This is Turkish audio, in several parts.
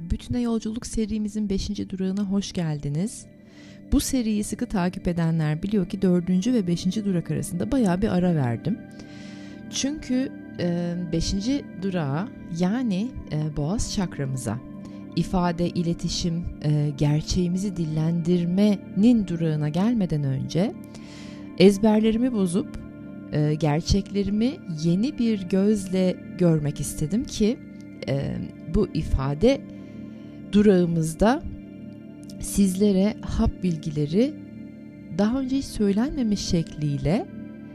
Bütüne Yolculuk serimizin 5. durağına hoş geldiniz. Bu seriyi sıkı takip edenler biliyor ki 4. ve 5. durak arasında bayağı bir ara verdim. Çünkü 5. durağa yani boğaz çakramıza, ifade, iletişim, gerçeğimizi dillendirmenin durağına gelmeden önce ezberlerimi bozup gerçeklerimi yeni bir gözle görmek istedim ki bu ifade durağımızda sizlere hap bilgileri daha önce hiç söylenmemiş şekliyle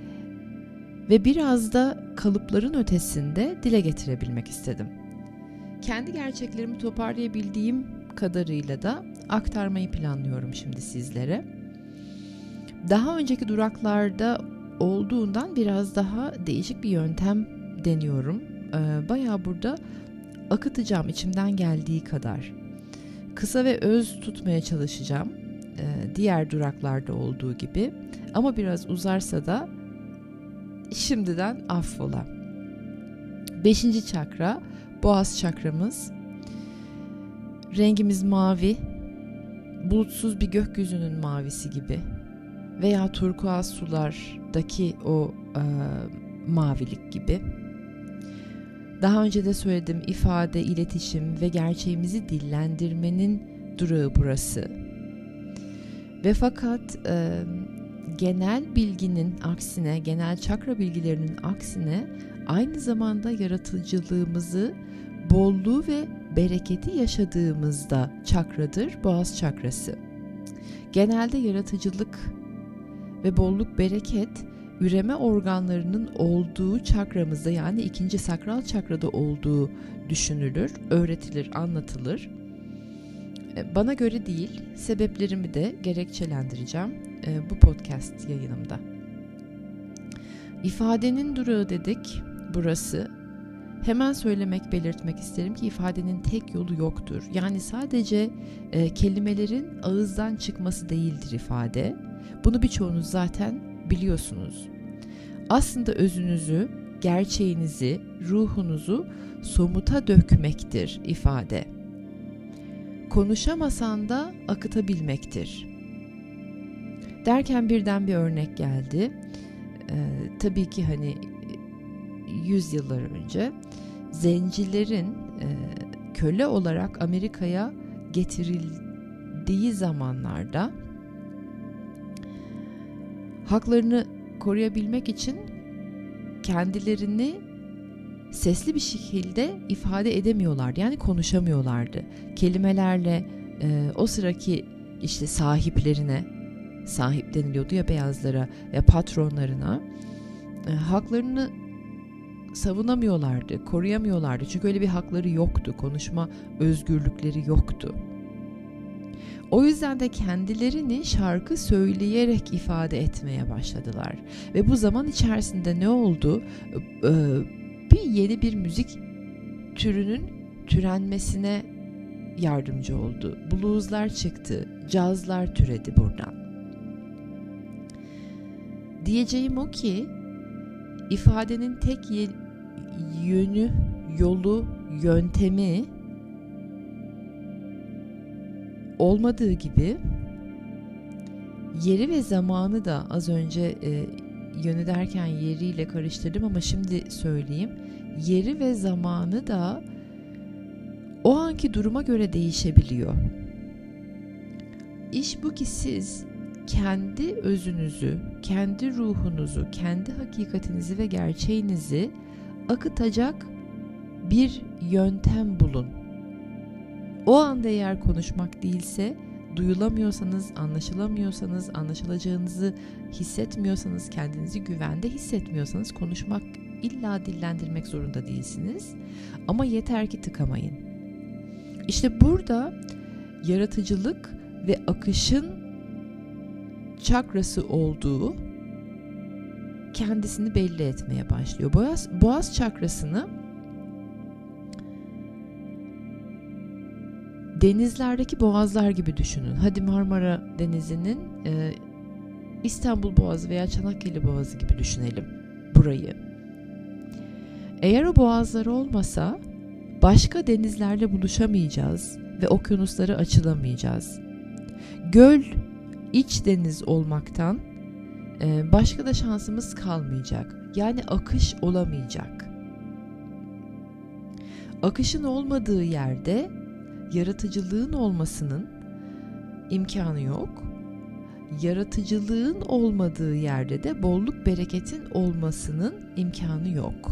ve biraz da kalıpların ötesinde dile getirebilmek istedim. Kendi gerçeklerimi toparlayabildiğim kadarıyla da aktarmayı planlıyorum şimdi sizlere. Daha önceki duraklarda olduğundan biraz daha değişik bir yöntem deniyorum. Bayağı burada akıtacağım içimden geldiği kadar. Kısa ve öz tutmaya çalışacağım. Diğer duraklarda olduğu gibi. Ama biraz uzarsa da şimdiden affola. 5. çakra, boğaz çakramız. Rengimiz mavi. Bulutsuz bir gökyüzünün mavisi gibi. Veya turkuaz sulardaki o mavilik gibi. Daha önce de söyledim, ifade, iletişim ve gerçeğimizi dillendirmenin durağı burası. Ve fakat genel bilginin aksine, genel çakra bilgilerinin aksine aynı zamanda yaratıcılığımızı, bolluğu ve bereketi yaşadığımızda çakradır boğaz çakrası. Genelde yaratıcılık ve bolluk, bereket üreme organlarının olduğu çakramızda, yani 2. sakral çakrada olduğu düşünülür, öğretilir, anlatılır. Bana göre değil, sebeplerimi de gerekçelendireceğim bu podcast yayınımda. İfadenin durağı dedik, burası. Hemen belirtmek isterim ki ifadenin tek yolu yoktur. Yani sadece kelimelerin ağızdan çıkması değildir ifade. Bunu birçoğunuz zaten biliyorsunuz. Aslında özünüzü, gerçeğinizi, ruhunuzu somuta dökmektir ifade. Konuşamasan da akıtabilmektir. Derken birden bir örnek geldi. Tabii ki 100 yıllar önce zencilerin köle olarak Amerika'ya getirildiği zamanlarda haklarını koruyabilmek için kendilerini sesli bir şekilde ifade edemiyorlardı. Yani konuşamıyorlardı. Kelimelerle o sıraki sahiplerine, sahip deniliyordu ya beyazlara ya patronlarına, haklarını savunamıyorlardı, koruyamıyorlardı. Çünkü öyle bir hakları yoktu. Konuşma özgürlükleri yoktu. O yüzden de kendilerini şarkı söyleyerek ifade etmeye başladılar. Ve bu zaman içerisinde ne oldu? Yeni bir müzik türünün türenmesine yardımcı oldu. Blueslar çıktı, cazlar türedi buradan. Diyeceğim o ki, ifadenin tek yönü, yolu, yöntemi olmadığı gibi yeri ve zamanı da az önce yönü derken yeriyle karıştırdım ama şimdi söyleyeyim. Yeri ve zamanı da o anki duruma göre değişebiliyor. İş bu ki siz kendi özünüzü, kendi ruhunuzu, kendi hakikatinizi ve gerçeğinizi akıtacak bir yöntem bulun. O anda eğer konuşmak değilse, duyulamıyorsanız, anlaşılamıyorsanız, anlaşılacağınızı hissetmiyorsanız, kendinizi güvende hissetmiyorsanız konuşmak, illa dillendirmek zorunda değilsiniz. Ama yeter ki tıkamayın. İşte burada yaratıcılık ve akışın çakrası olduğu kendisini belli etmeye başlıyor. Boğaz çakrasını denizlerdeki boğazlar gibi düşünün. Hadi Marmara Denizi'nin İstanbul Boğazı veya Çanakkale Boğazı gibi düşünelim burayı. Eğer o boğazlar olmasa Başka denizlerle buluşamayacağız ve okyanuslara açılamayacağız. Göl, iç deniz olmaktan başka da şansımız kalmayacak. Yani akış olamayacak. Akışın olmadığı yerde yaratıcılığın olmasının imkanı yok. Yaratıcılığın olmadığı yerde de bolluk bereketin olmasının imkanı yok.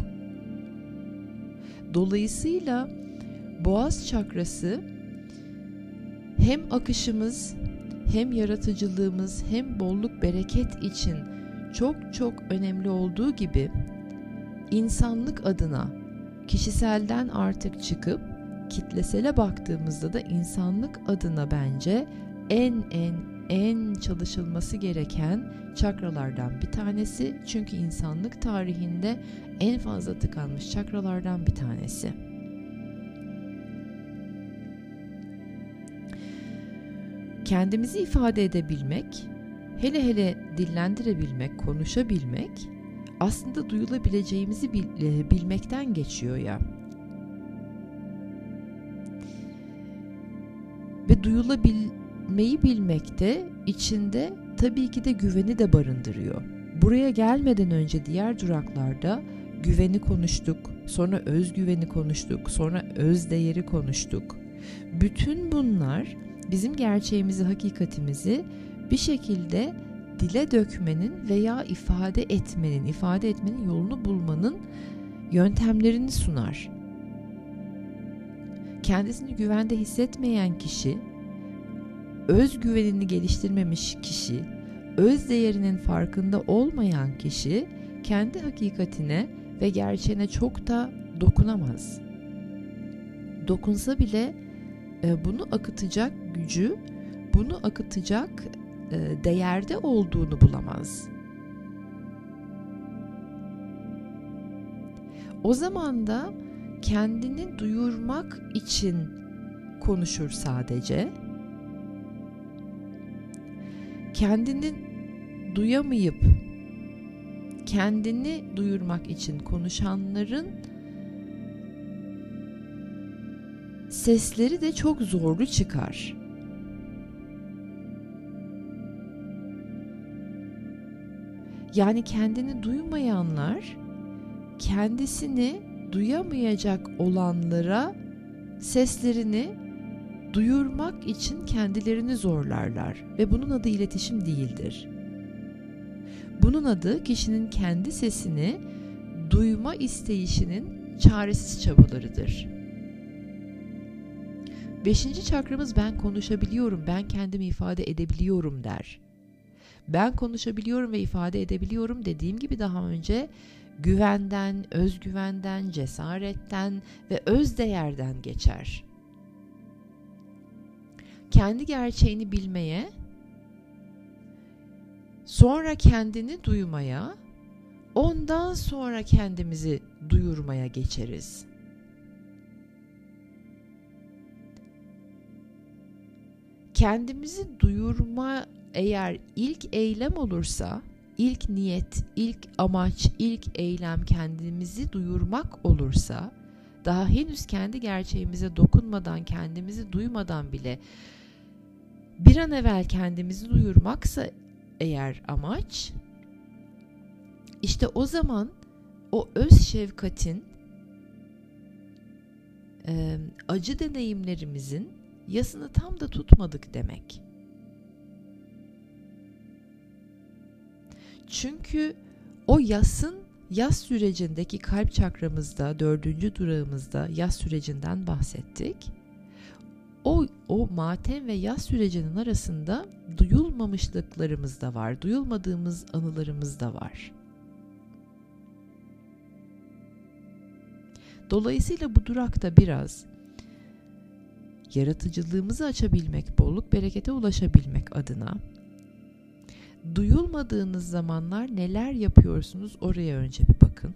Dolayısıyla boğaz çakrası hem akışımız, hem yaratıcılığımız, hem bolluk bereket için çok çok önemli olduğu gibi insanlık adına kişiselden artık çıkıp kitlesele baktığımızda da insanlık adına bence en çalışılması gereken çakralardan bir tanesi. Çünkü insanlık tarihinde en fazla tıkanmış çakralardan bir tanesi. Kendimizi ifade edebilmek, hele dillendirebilmek, konuşabilmek aslında duyulabileceğimizi bilmekten geçiyor ya. Ve duyulabilmeyi bilmek de içinde tabii ki de güveni de barındırıyor. Buraya gelmeden önce diğer duraklarda güveni konuştuk, sonra özgüveni konuştuk, sonra özdeğeri konuştuk. Bütün bunlar bizim gerçeğimizi, hakikatimizi bir şekilde dile dökmenin veya ifade etmenin yolunu bulmanın yöntemlerini sunar. Kendisini güvende hissetmeyen kişi, özgüvenini geliştirmemiş kişi, öz değerinin farkında olmayan kişi kendi hakikatine ve gerçeğine çok da dokunamaz. Dokunsa bile bunu akıtacak gücü, bunu akıtacak değerde olduğunu bulamaz. O zaman da kendini duyurmak için konuşur sadece. Kendini duyamayıp kendini duyurmak için konuşanların sesleri de çok zorlu çıkar. Yani kendini duymayanlar kendisini duyamayacak olanlara seslerini duyurmak için kendilerini zorlarlar ve bunun adı iletişim değildir. Bunun adı kişinin kendi sesini duyma isteyişinin çaresiz çabalarıdır. 5. çakramız ben konuşabiliyorum, ben kendimi ifade edebiliyorum der. Ben konuşabiliyorum ve ifade edebiliyorum dediğim gibi daha önce güvenden, özgüvenden, cesaretten ve özdeğerden geçer. Kendi gerçeğini bilmeye, sonra kendini duymaya, ondan sonra kendimizi duyurmaya geçeriz. Kendimizi duyurma eğer ilk eylem olursa, ilk niyet, ilk amaç, ilk eylem kendimizi duyurmak olursa, daha henüz kendi gerçeğimize dokunmadan, kendimizi duymadan bile bir an evvel kendimizi duyurmaksa eğer amaç, işte o zaman o öz şefkatin, acı deneyimlerimizin yasını tam da tutmadık demek. Çünkü o yas sürecindeki kalp çakramızda 4. durağımızda yas sürecinden bahsettik. O matem ve yas sürecinin arasında duyulmamışlıklarımız da var. Duyulmadığımız anılarımız da var. Dolayısıyla bu durakta biraz yaratıcılığımızı açabilmek, bolluk berekete ulaşabilmek adına duyulmadığınız zamanlar neler yapıyorsunuz oraya önce bir bakın.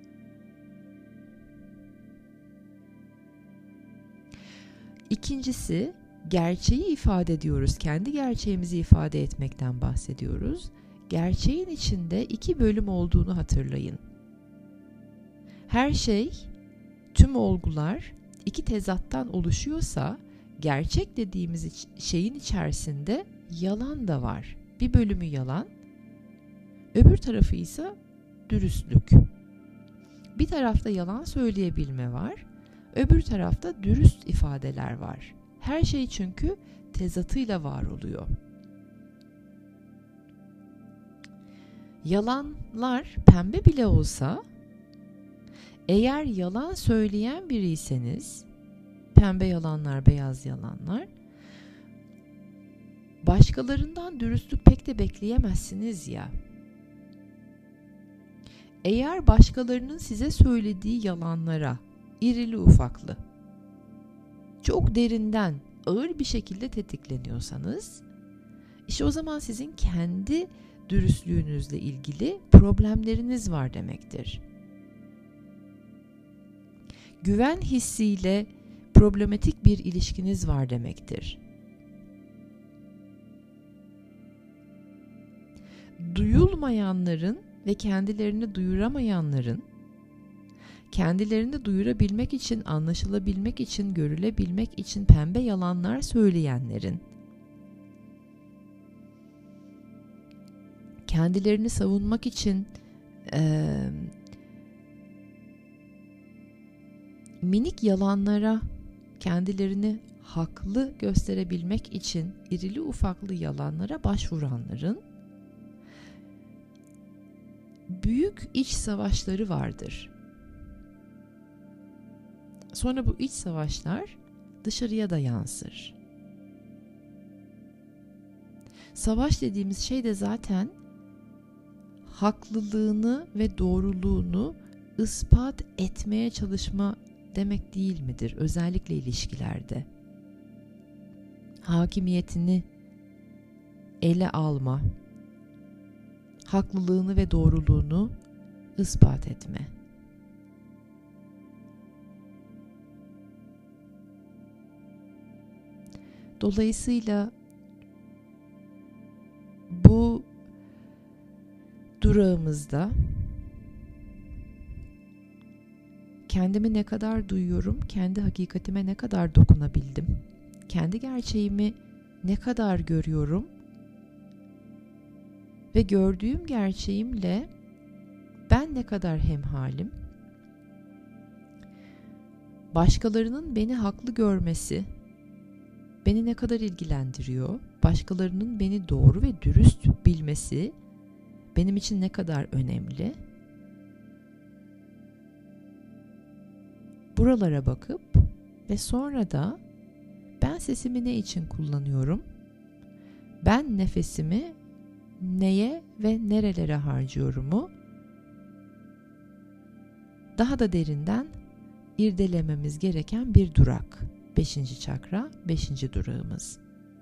İkincisi, gerçeği ifade ediyoruz. Kendi gerçeğimizi ifade etmekten bahsediyoruz. Gerçeğin içinde 2 bölüm olduğunu hatırlayın. Her şey, tüm olgular iki tezattan oluşuyorsa, gerçek dediğimiz şeyin içerisinde yalan da var. Bir bölümü yalan, öbür tarafı ise dürüstlük. Bir tarafta yalan söyleyebilme var, öbür tarafta dürüst ifadeler var. Her şey çünkü tezatıyla var oluyor. Yalanlar pembe bile olsa, eğer yalan söyleyen biriyseniz, pembe yalanlar, beyaz yalanlar, başkalarından dürüstlük pek de bekleyemezsiniz ya. Eğer başkalarının size söylediği yalanlara, irili ufaklı, çok derinden, ağır bir şekilde tetikleniyorsanız, işte o zaman sizin kendi dürüstlüğünüzle ilgili problemleriniz var demektir. Güven hissiyle problematik bir ilişkiniz var demektir. Duyulmayanların ve kendilerini duyuramayanların, kendilerini duyurabilmek için, anlaşılabilmek için, görülebilmek için pembe yalanlar söyleyenlerin, kendilerini savunmak için minik yalanlara, kendilerini haklı gösterebilmek için irili ufaklı yalanlara başvuranların büyük iç savaşları vardır. Sonra bu iç savaşlar dışarıya da yansır. Savaş dediğimiz şey de zaten haklılığını ve doğruluğunu ispat etmeye çalışma demek değil midir? Özellikle ilişkilerde. Hakimiyetini ele alma, haklılığını ve doğruluğunu ispat etme. Dolayısıyla bu durağımızda kendimi ne kadar duyuyorum, kendi hakikatime ne kadar dokunabildim, kendi gerçeğimi ne kadar görüyorum ve gördüğüm gerçeğimle ben ne kadar hemhalim, başkalarının beni haklı görmesi beni ne kadar ilgilendiriyor, başkalarının beni doğru ve dürüst bilmesi benim için ne kadar önemli. Buralara bakıp ve sonra da ben sesimi ne için kullanıyorum? Ben nefesimi neye ve nerelere harcıyorumu daha da derinden irdelememiz gereken bir durak. 5. çakra, 5. durağımız.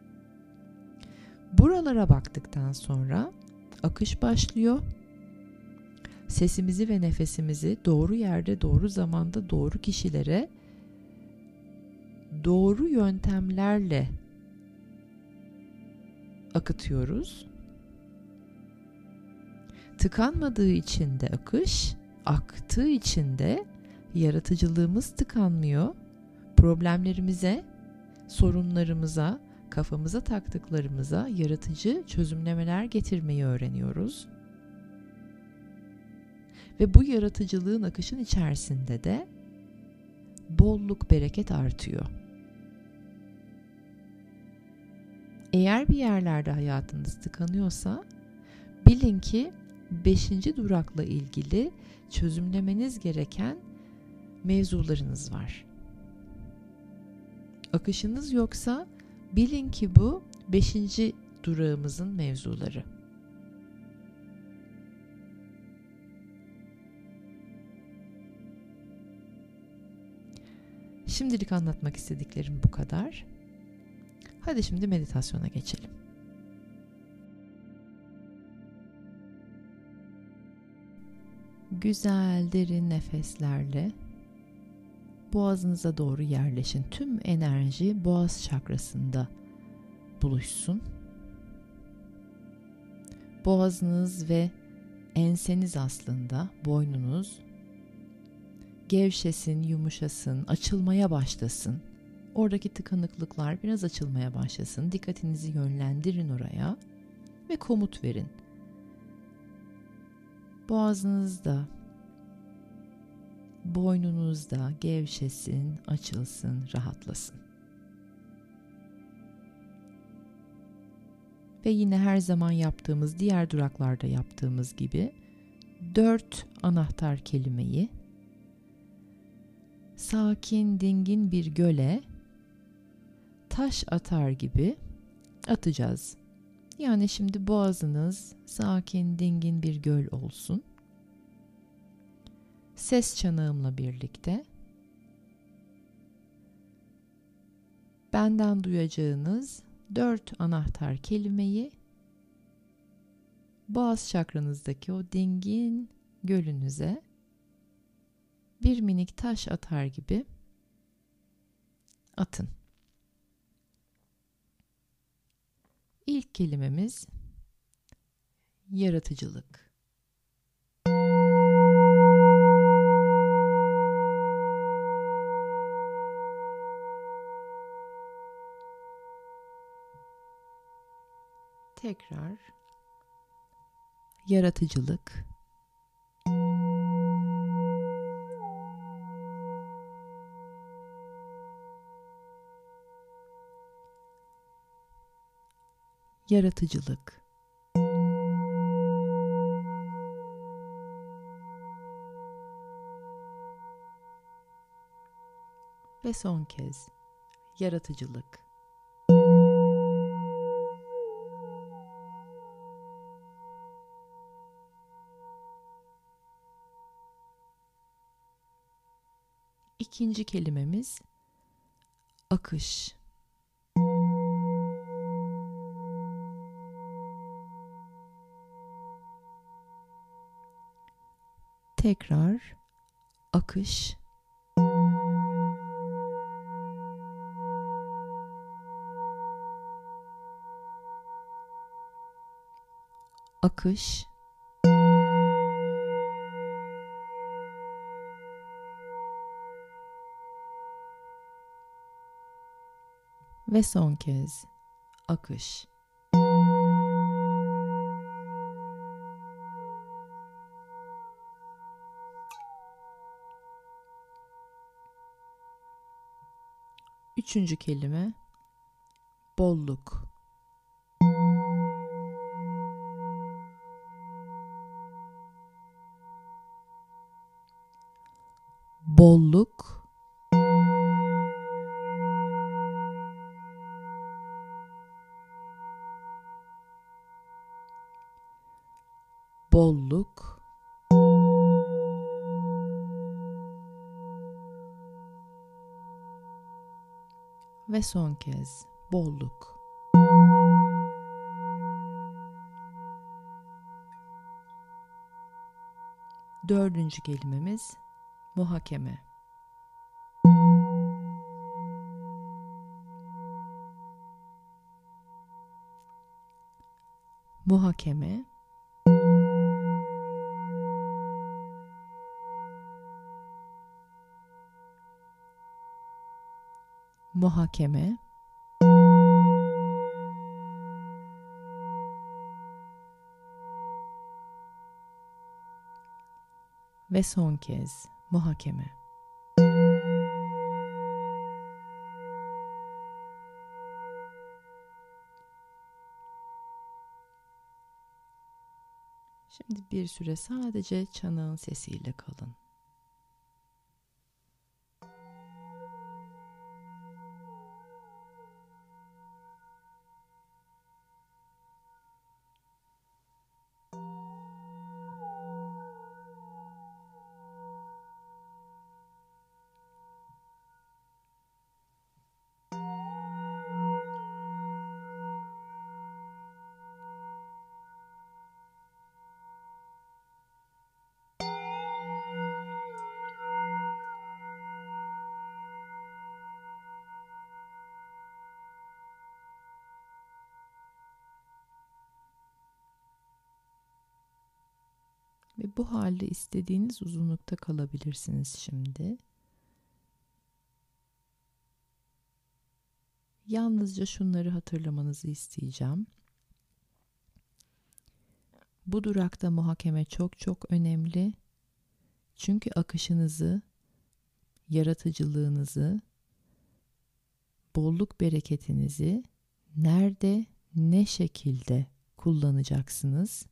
Buralara baktıktan sonra akış başlıyor. Sesimizi ve nefesimizi doğru yerde, doğru zamanda, doğru kişilere, doğru yöntemlerle akıtıyoruz. Tıkanmadığı için de akış, aktığı için de yaratıcılığımız tıkanmıyor. Problemlerimize, sorunlarımıza, kafamıza taktıklarımıza yaratıcı çözümlemeler getirmeyi öğreniyoruz. Ve bu yaratıcılığın akışın içerisinde de bolluk, bereket artıyor. Eğer bir yerlerde hayatınız tıkanıyorsa bilin ki 5. durakla ilgili çözümlemeniz gereken mevzularınız var. Akışınız yoksa bilin ki bu 5. durağımızın mevzuları. Şimdilik anlatmak istediklerim bu kadar. Hadi şimdi meditasyona geçelim. Güzel derin nefeslerle boğazınıza doğru yerleşin. Tüm enerji boğaz çakrasında buluşsun. Boğazınız ve enseniz aslında, boynunuz gevşesin, yumuşasın, açılmaya başlasın. Oradaki tıkanıklıklar biraz açılmaya başlasın. Dikkatinizi yönlendirin oraya ve komut verin. Boğazınızda, boynunuzda gevşesin, açılsın, rahatlasın. Ve yine her zaman yaptığımız, diğer duraklarda yaptığımız gibi 4 anahtar kelimeyi sakin, dingin bir göle taş atar gibi atacağız. Yani şimdi boğazınız sakin, dingin bir göl olsun. Ses çanağımla birlikte benden duyacağınız 4 anahtar kelimeyi boğaz çakranızdaki o dingin gölünüze bir minik taş atar gibi atın. İlk kelimemiz yaratıcılık. Tekrar yaratıcılık. Yaratıcılık. Ve son kez yaratıcılık. İkinci kelimemiz akış. Tekrar akış. Akış. Ve son kez akış. Üçüncü kelime bolluk. Bolluk. Bolluk. Ve son kez bolluk. Dördüncü kelimemiz muhakeme. Muhakeme. Muhakeme. Ve son kez muhakeme. Şimdi bir süre sadece çanağın sesiyle kalın. Ve bu halde istediğiniz uzunlukta kalabilirsiniz şimdi. Yalnızca şunları hatırlamanızı isteyeceğim. Bu durakta muhakeme çok çok önemli. Çünkü akışınızı, yaratıcılığınızı, bolluk bereketinizi nerede, ne şekilde kullanacaksınız?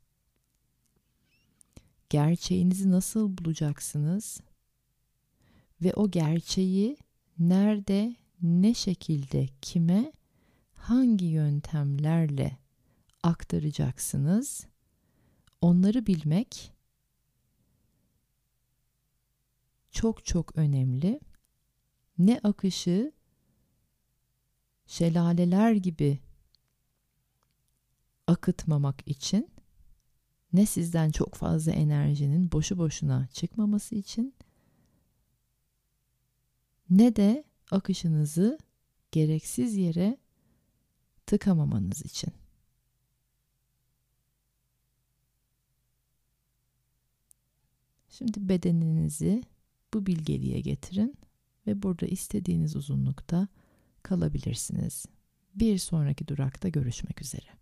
Gerçeğinizi nasıl bulacaksınız? Ve o gerçeği nerede, ne şekilde, kime, hangi yöntemlerle aktaracaksınız? Onları bilmek çok çok önemli. Ne akışı şelaleler gibi akıtmamak için, ne sizden çok fazla enerjinin boşu boşuna çıkmaması için, ne de akışınızı gereksiz yere tıkamamanız için. Şimdi bedeninizi bu bilgeliğe getirin ve burada istediğiniz uzunlukta kalabilirsiniz. Bir sonraki durakta görüşmek üzere.